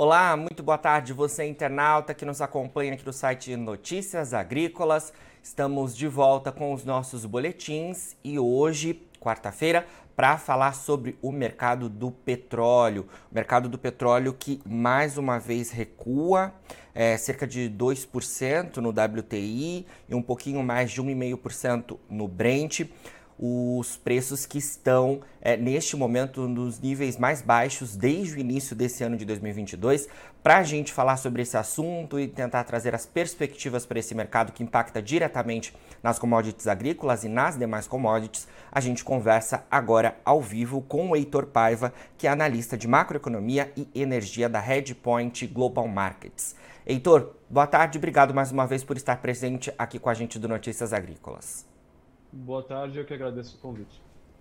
Olá, muito boa tarde, você internauta que nos acompanha aqui no site Notícias Agrícolas. Estamos de volta com os nossos boletins e hoje, quarta-feira, para falar sobre o mercado do petróleo. O mercado do petróleo que mais uma vez recua, cerca de 2% no WTI e um pouquinho mais de 1,5% no Brent. Os preços que estão, neste momento, nos níveis mais baixos desde o início desse ano de 2022. Para a gente falar sobre esse assunto e tentar trazer as perspectivas para esse mercado que impacta diretamente nas commodities agrícolas e nas demais commodities, a gente conversa agora ao vivo com o Heitor Paiva, que é analista de macroeconomia e energia da Redpoint Global Markets. Heitor, boa tarde, obrigado mais uma vez por estar presente aqui com a gente do Notícias Agrícolas. Boa tarde, eu que agradeço o convite.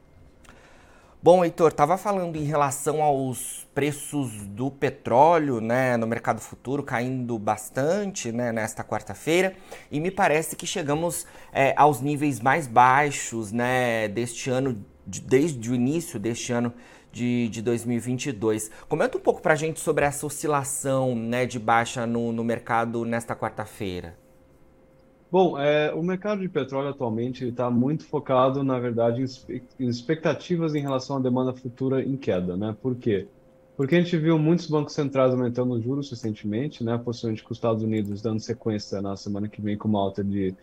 Bom, Heitor, estava falando em relação aos preços do petróleo, né, no mercado futuro, caindo bastante, né, nesta quarta-feira, e me parece que chegamos aos níveis mais baixos, né, deste ano, desde o início deste ano de 2022. Comenta um pouco para a gente sobre essa oscilação, né, de baixa no mercado nesta quarta-feira. Bom, o mercado de petróleo atualmente está muito focado, na verdade, em expectativas em relação à demanda futura em queda, né? Por quê? Porque a gente viu muitos bancos centrais aumentando os juros recentemente, né? Possivelmente com os Estados Unidos dando sequência na semana que vem com uma alta de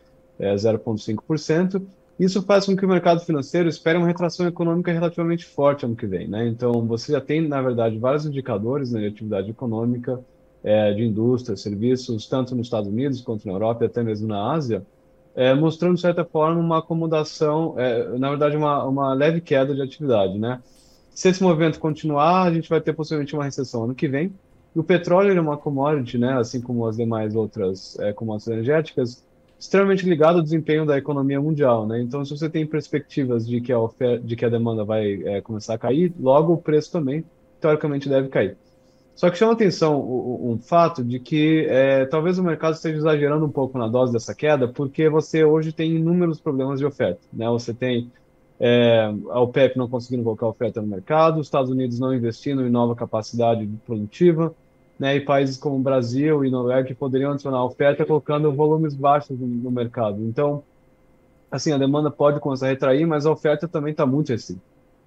0,5%. Isso faz com que o mercado financeiro espere uma retração econômica relativamente forte ano que vem, né? Então, você já tem, na verdade, vários indicadores, né, de atividade econômica, de indústria, serviços, tanto nos Estados Unidos quanto na Europa e até mesmo na Ásia, mostrando, de certa forma, uma acomodação, na verdade, uma leve queda de atividade, né? Se esse movimento continuar, a gente vai ter possivelmente uma recessão ano que vem. E o petróleo ele é uma commodity, né, assim como as demais outras commodities energéticas, extremamente ligado ao desempenho da economia mundial, né? Então, se você tem perspectivas de que a demanda vai começar a cair, logo o preço também, teoricamente, deve cair. Só que chama atenção um fato de que talvez o mercado esteja exagerando um pouco na dose dessa queda, porque você hoje tem inúmeros problemas de oferta, né? Você tem a OPEP não conseguindo colocar oferta no mercado, os Estados Unidos não investindo em nova capacidade produtiva, né? E países como o Brasil e Noruega que poderiam adicionar oferta colocando volumes baixos no mercado. Então, assim, a demanda pode começar a retrair, mas a oferta também está muito restrita.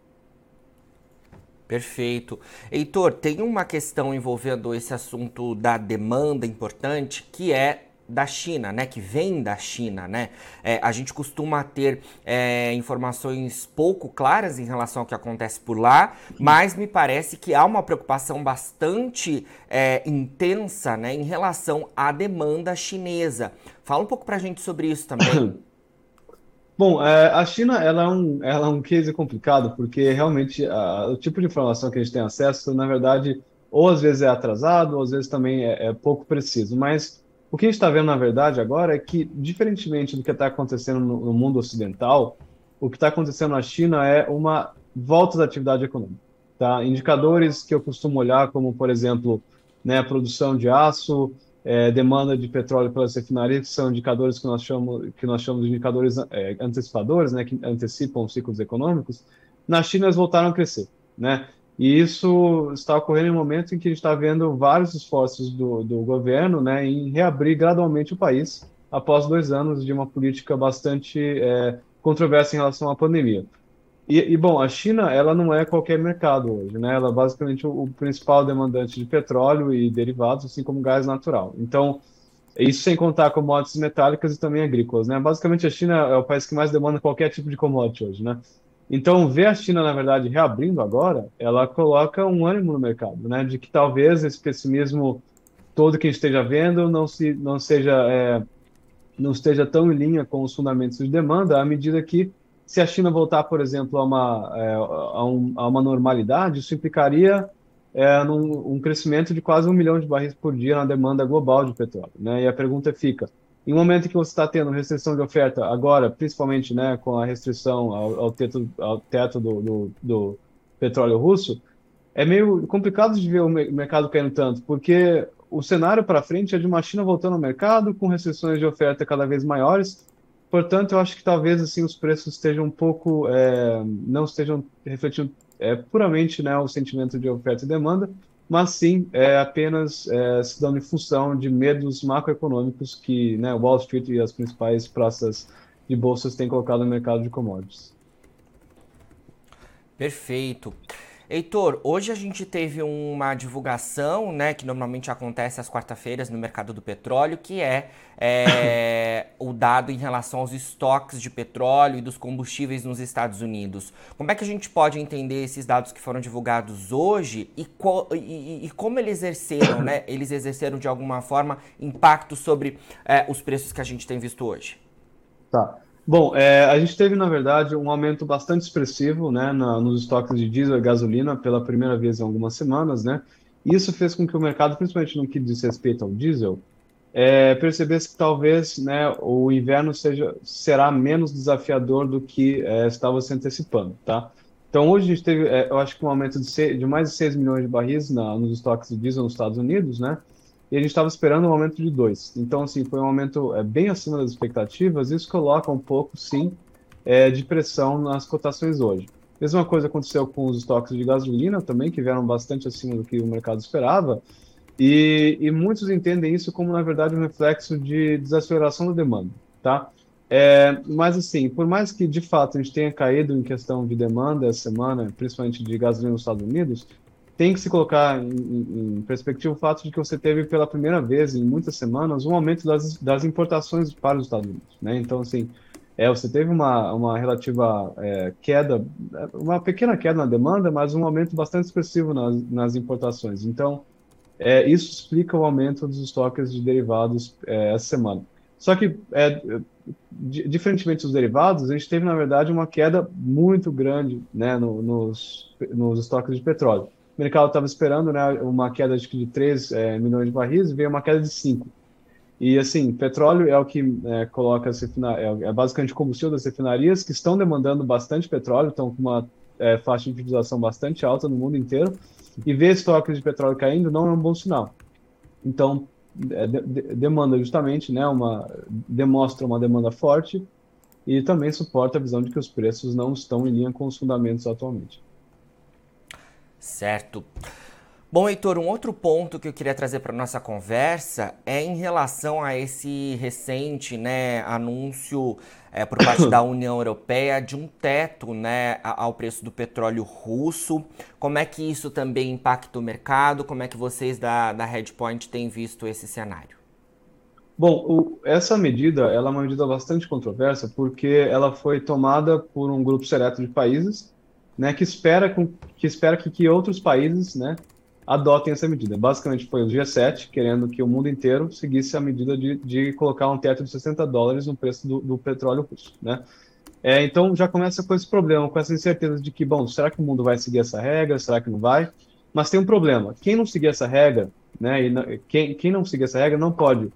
Perfeito. Heitor, tem uma questão envolvendo esse assunto da demanda importante, que é da China, né? Que vem da China, né? A gente costuma ter informações pouco claras em relação ao que acontece por lá, mas me parece que há uma preocupação bastante intensa, né, em relação à demanda chinesa. Fala um pouco pra gente sobre isso também. Bom, a China ela é um case complicado, porque realmente o tipo de informação que a gente tem acesso, na verdade, ou às vezes é atrasado, ou às vezes também é pouco preciso. Mas o que a gente está vendo, na verdade, agora é que, diferentemente do que está acontecendo no mundo ocidental, o que está acontecendo na China é uma volta da atividade econômica. Tá? Indicadores que eu costumo olhar, como, por exemplo, né, a produção de aço, demanda de petróleo pelas refinarias, que são indicadores que nós chamamos de indicadores antecipadores, né, que antecipam os ciclos econômicos, na China eles voltaram a crescer, né? E isso está ocorrendo em um momento em que a gente está vendo vários esforços do governo, né, em reabrir gradualmente o país após 2 anos de uma política bastante controversa em relação à pandemia. Bom, a China, ela não é qualquer mercado hoje, né? Ela é basicamente o principal demandante de petróleo e derivados, assim como gás natural. Então, isso sem contar commodities metálicas e também agrícolas, né? Basicamente, a China é o país que mais demanda qualquer tipo de commodity hoje, né? Então, ver a China, na verdade, reabrindo agora, ela coloca um ânimo no mercado, né? De que talvez esse pessimismo todo que a gente esteja vendo não esteja tão em linha com os fundamentos de demanda, à medida que, se a China voltar, por exemplo, a uma normalidade, isso implicaria um crescimento de quase 1 milhão de barris por dia na demanda global de petróleo, né? E a pergunta fica, em um momento em que você está tendo restrição de oferta, agora, principalmente, né, com a restrição ao teto do petróleo russo, é meio complicado de ver o mercado caindo tanto, porque o cenário para frente é de uma China voltando ao mercado, com restrições de oferta cada vez maiores. Portanto, eu acho que talvez assim os preços estejam um pouco, não estejam refletindo puramente, né, o sentimento de oferta e demanda, mas sim apenas se dando em função de medos macroeconômicos que, né, Wall Street e as principais praças de bolsas têm colocado no mercado de commodities. Perfeito. Heitor, hoje a gente teve uma divulgação, né, que normalmente acontece às quarta-feiras no mercado do petróleo, que é o dado em relação aos estoques de petróleo e dos combustíveis nos Estados Unidos. Como é que a gente pode entender esses dados que foram divulgados hoje e como eles exerceram, né? Eles exerceram de alguma forma impacto sobre os preços que a gente tem visto hoje? Tá. Bom, a gente teve, na verdade, um aumento bastante expressivo, né, nos estoques de diesel e gasolina pela primeira vez em algumas semanas, né? Isso fez com que o mercado, principalmente no que diz respeito ao diesel, percebesse que talvez, né, o inverno será menos desafiador do que estava se antecipando, tá? Então, hoje a gente teve, eu acho que um aumento de mais de 6 milhões de barris nos estoques de diesel nos Estados Unidos, né? E a gente estava esperando um aumento de 2. Então, assim, foi um aumento bem acima das expectativas. Isso coloca um pouco, sim, de pressão nas cotações hoje. Mesma coisa aconteceu com os estoques de gasolina também, que vieram bastante acima do que o mercado esperava. E muitos entendem isso como, na verdade, um reflexo de desaceleração da demanda, tá? Mas, assim, por mais que, de fato, a gente tenha caído em questão de demanda essa semana, principalmente de gasolina nos Estados Unidos, tem que se colocar em perspectiva o fato de que você teve pela primeira vez em muitas semanas um aumento das importações para os Estados Unidos, né? Então, assim, você teve uma relativa queda, uma pequena queda na demanda, mas um aumento bastante expressivo nas importações. Então, isso explica o aumento dos estoques de derivados essa semana. Só que, diferentemente dos derivados, a gente teve, na verdade, uma queda muito grande, né, nos estoques de petróleo. O mercado estava esperando, né, uma queda de 3 milhões de barris e veio uma queda de 5. E, assim, petróleo é o que coloca basicamente o combustível das refinarias, que estão demandando bastante petróleo, estão com uma faixa de utilização bastante alta no mundo inteiro, e ver estoques de petróleo caindo não é um bom sinal. Então, demanda justamente, né, demonstra uma demanda forte e também suporta a visão de que os preços não estão em linha com os fundamentos atualmente. Certo. Bom, Heitor, um outro ponto que eu queria trazer para nossa conversa é em relação a esse recente, né, anúncio por parte da União Europeia de um teto, né, ao preço do petróleo russo. Como é que isso também impacta o mercado? Como é que vocês da Redpoint têm visto esse cenário? Bom, essa medida ela é uma medida bastante controversa porque ela foi tomada por um grupo seleto de países, né, que outros países, né, adotem essa medida. Basicamente foi o G7 querendo que o mundo inteiro seguisse a medida de colocar um teto de $60 no preço do petróleo russo, né? Então já começa com esse problema, com essa incerteza de que, bom, será que o mundo vai seguir essa regra? Será que não vai? Mas tem um problema. Quem não seguir essa regra, né, quem não seguir essa regra não pode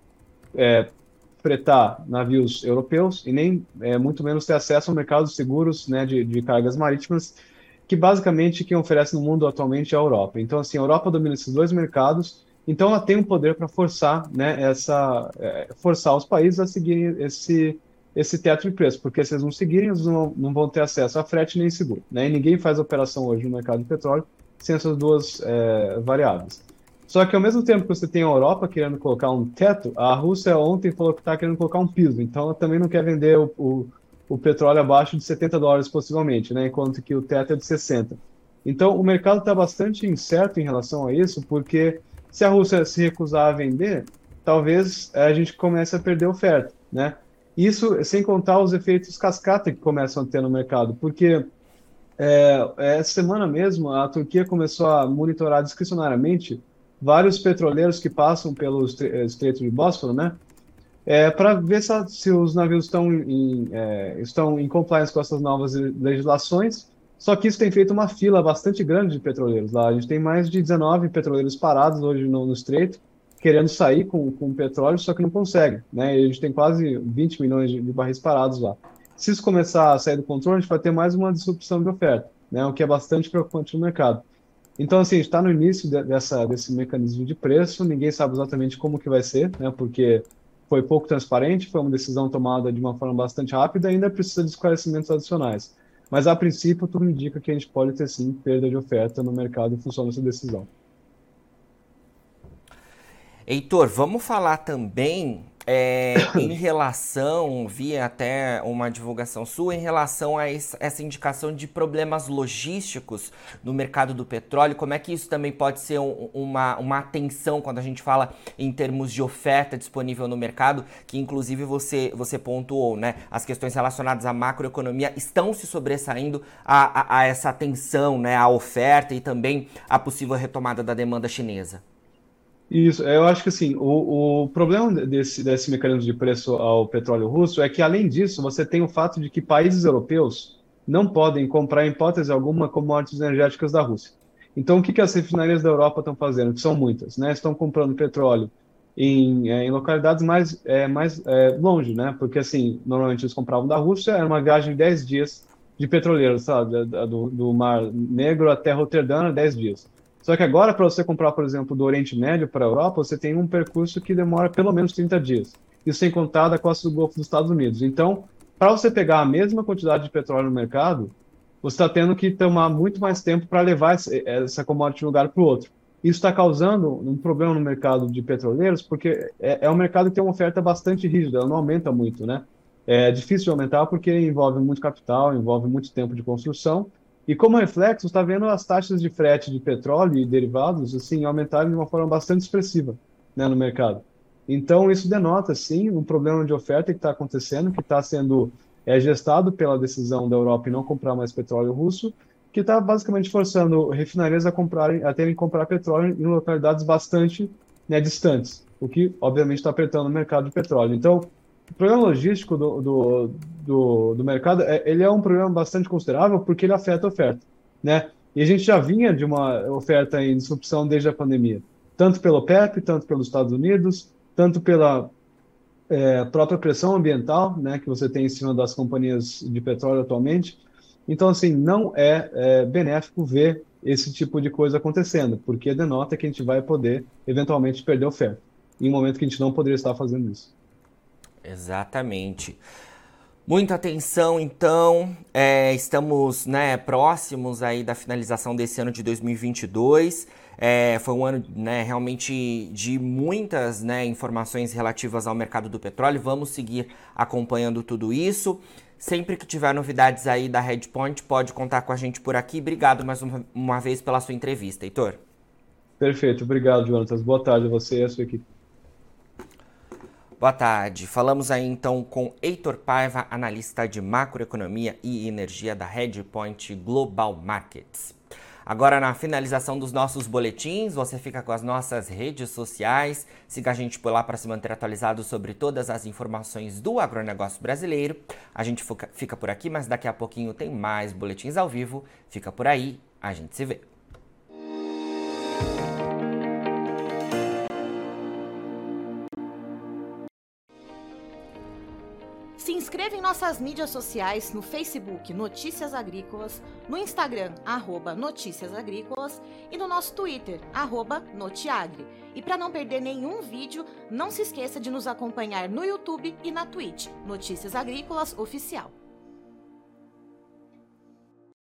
fretar navios europeus e nem muito menos ter acesso ao mercado de seguros, né, de cargas marítimas, que basicamente quem oferece no mundo atualmente é a Europa. Então, assim, a Europa domina esses dois mercados, então ela tem um poder para forçar, né, forçar os países a seguirem esse teto de preço, porque se eles não seguirem, eles não vão ter acesso a frete nem seguro, né? E ninguém faz operação hoje no mercado de petróleo sem essas duas variáveis. Só que ao mesmo tempo que você tem a Europa querendo colocar um teto, a Rússia ontem falou que está querendo colocar um piso, então ela também não quer vender o petróleo abaixo de $70 possivelmente, né? Enquanto que o teto é de 60. Então o mercado está bastante incerto em relação a isso, porque se a Rússia se recusar a vender, talvez a gente comece a perder oferta, né? Isso sem contar os efeitos cascata que começam a ter no mercado, porque essa semana mesmo a Turquia começou a monitorar discricionariamente vários petroleiros que passam pelo Estreito de Bósforo, né? Para ver se os navios estão em compliance com essas novas legislações. Só que isso tem feito uma fila bastante grande de petroleiros lá. A gente tem mais de 19 petroleiros parados hoje no Estreito, querendo sair com petróleo, só que não conseguem, né? E a gente tem quase 20 milhões de barris parados lá. Se isso começar a sair do controle, a gente vai ter mais uma disrupção de oferta, né? O que é bastante preocupante no mercado. Então, assim, está no início desse mecanismo de preço, ninguém sabe exatamente como que vai ser, né? Porque foi pouco transparente, foi uma decisão tomada de uma forma bastante rápida e ainda precisa de esclarecimentos adicionais. Mas, a princípio, tudo indica que a gente pode ter, sim, perda de oferta no mercado em função dessa decisão. Heitor, vamos falar também em relação, vi até uma divulgação sua, em relação a essa indicação de problemas logísticos no mercado do petróleo, como é que isso também pode ser uma atenção quando a gente fala em termos de oferta disponível no mercado, que inclusive você pontuou, né? As questões relacionadas à macroeconomia estão se sobressaindo a essa atenção, né? À oferta e também a possível retomada da demanda chinesa. Isso, eu acho que assim, o problema desse mecanismo de preço ao petróleo russo é que, além disso, você tem o fato de que países europeus não podem comprar, em hipótese alguma, commodities energéticas da Rússia. Então, o que as refinarias da Europa estão fazendo? Que são muitas, né? Estão comprando petróleo em localidades mais longe, né? Porque, assim, normalmente eles compravam da Rússia, era uma viagem de 10 dias de petroleiro, sabe? Do Mar Negro até Roterdã, 10 dias. Só que agora, para você comprar, por exemplo, do Oriente Médio para a Europa, você tem um percurso que demora pelo menos 30 dias. Isso sem contar da costa do Golfo dos Estados Unidos. Então, para você pegar a mesma quantidade de petróleo no mercado, você está tendo que tomar muito mais tempo para levar essa commodity de um lugar para o outro. Isso está causando um problema no mercado de petroleiros, porque é um mercado que tem uma oferta bastante rígida, ela não aumenta muito, né? É difícil de aumentar porque envolve muito capital, envolve muito tempo de construção, e como reflexo, está vendo as taxas de frete de petróleo e derivados assim aumentarem de uma forma bastante expressiva, né, no mercado. Então, isso denota, sim, um problema de oferta que está acontecendo, que está sendo gestado pela decisão da Europa em não comprar mais petróleo russo, que está basicamente forçando refinarias a terem que comprar petróleo em localidades bastante, né, distantes, o que, obviamente, está apertando o mercado de petróleo. Então, o problema logístico do mercado, ele é um problema bastante considerável porque ele afeta a oferta, né? E a gente já vinha de uma oferta em disrupção desde a pandemia, tanto pelo OPEP, tanto pelos Estados Unidos, tanto pela própria pressão ambiental, né, que você tem em cima das companhias de petróleo atualmente. Então, assim, não é benéfico ver esse tipo de coisa acontecendo, porque denota que a gente vai poder, eventualmente, perder oferta, em um momento que a gente não poderia estar fazendo isso. Exatamente. Muita atenção, então, estamos, né, próximos aí da finalização desse ano de 2022. Foi um ano, né, realmente de muitas, né, informações relativas ao mercado do petróleo. Vamos seguir acompanhando tudo isso. Sempre que tiver novidades aí da Redpoint, pode contar com a gente por aqui. Obrigado mais uma vez pela sua entrevista, Heitor. Perfeito, obrigado, Jonatas. Boa tarde a você e a sua equipe. Boa tarde. Falamos aí então com Heitor Paiva, analista de macroeconomia e energia da Redpoint Global Markets. Agora, na finalização dos nossos boletins, você fica com as nossas redes sociais. Siga a gente por lá para se manter atualizado sobre todas as informações do agronegócio brasileiro. A gente fica por aqui, mas daqui a pouquinho tem mais boletins ao vivo. Fica por aí, a gente se vê. Se inscreva em nossas mídias sociais, no Facebook Notícias Agrícolas, no Instagram @Notícias Agrícolas e no nosso Twitter @Notiagre. E para não perder nenhum vídeo, não se esqueça de nos acompanhar no YouTube e na Twitch, Notícias Agrícolas Oficial.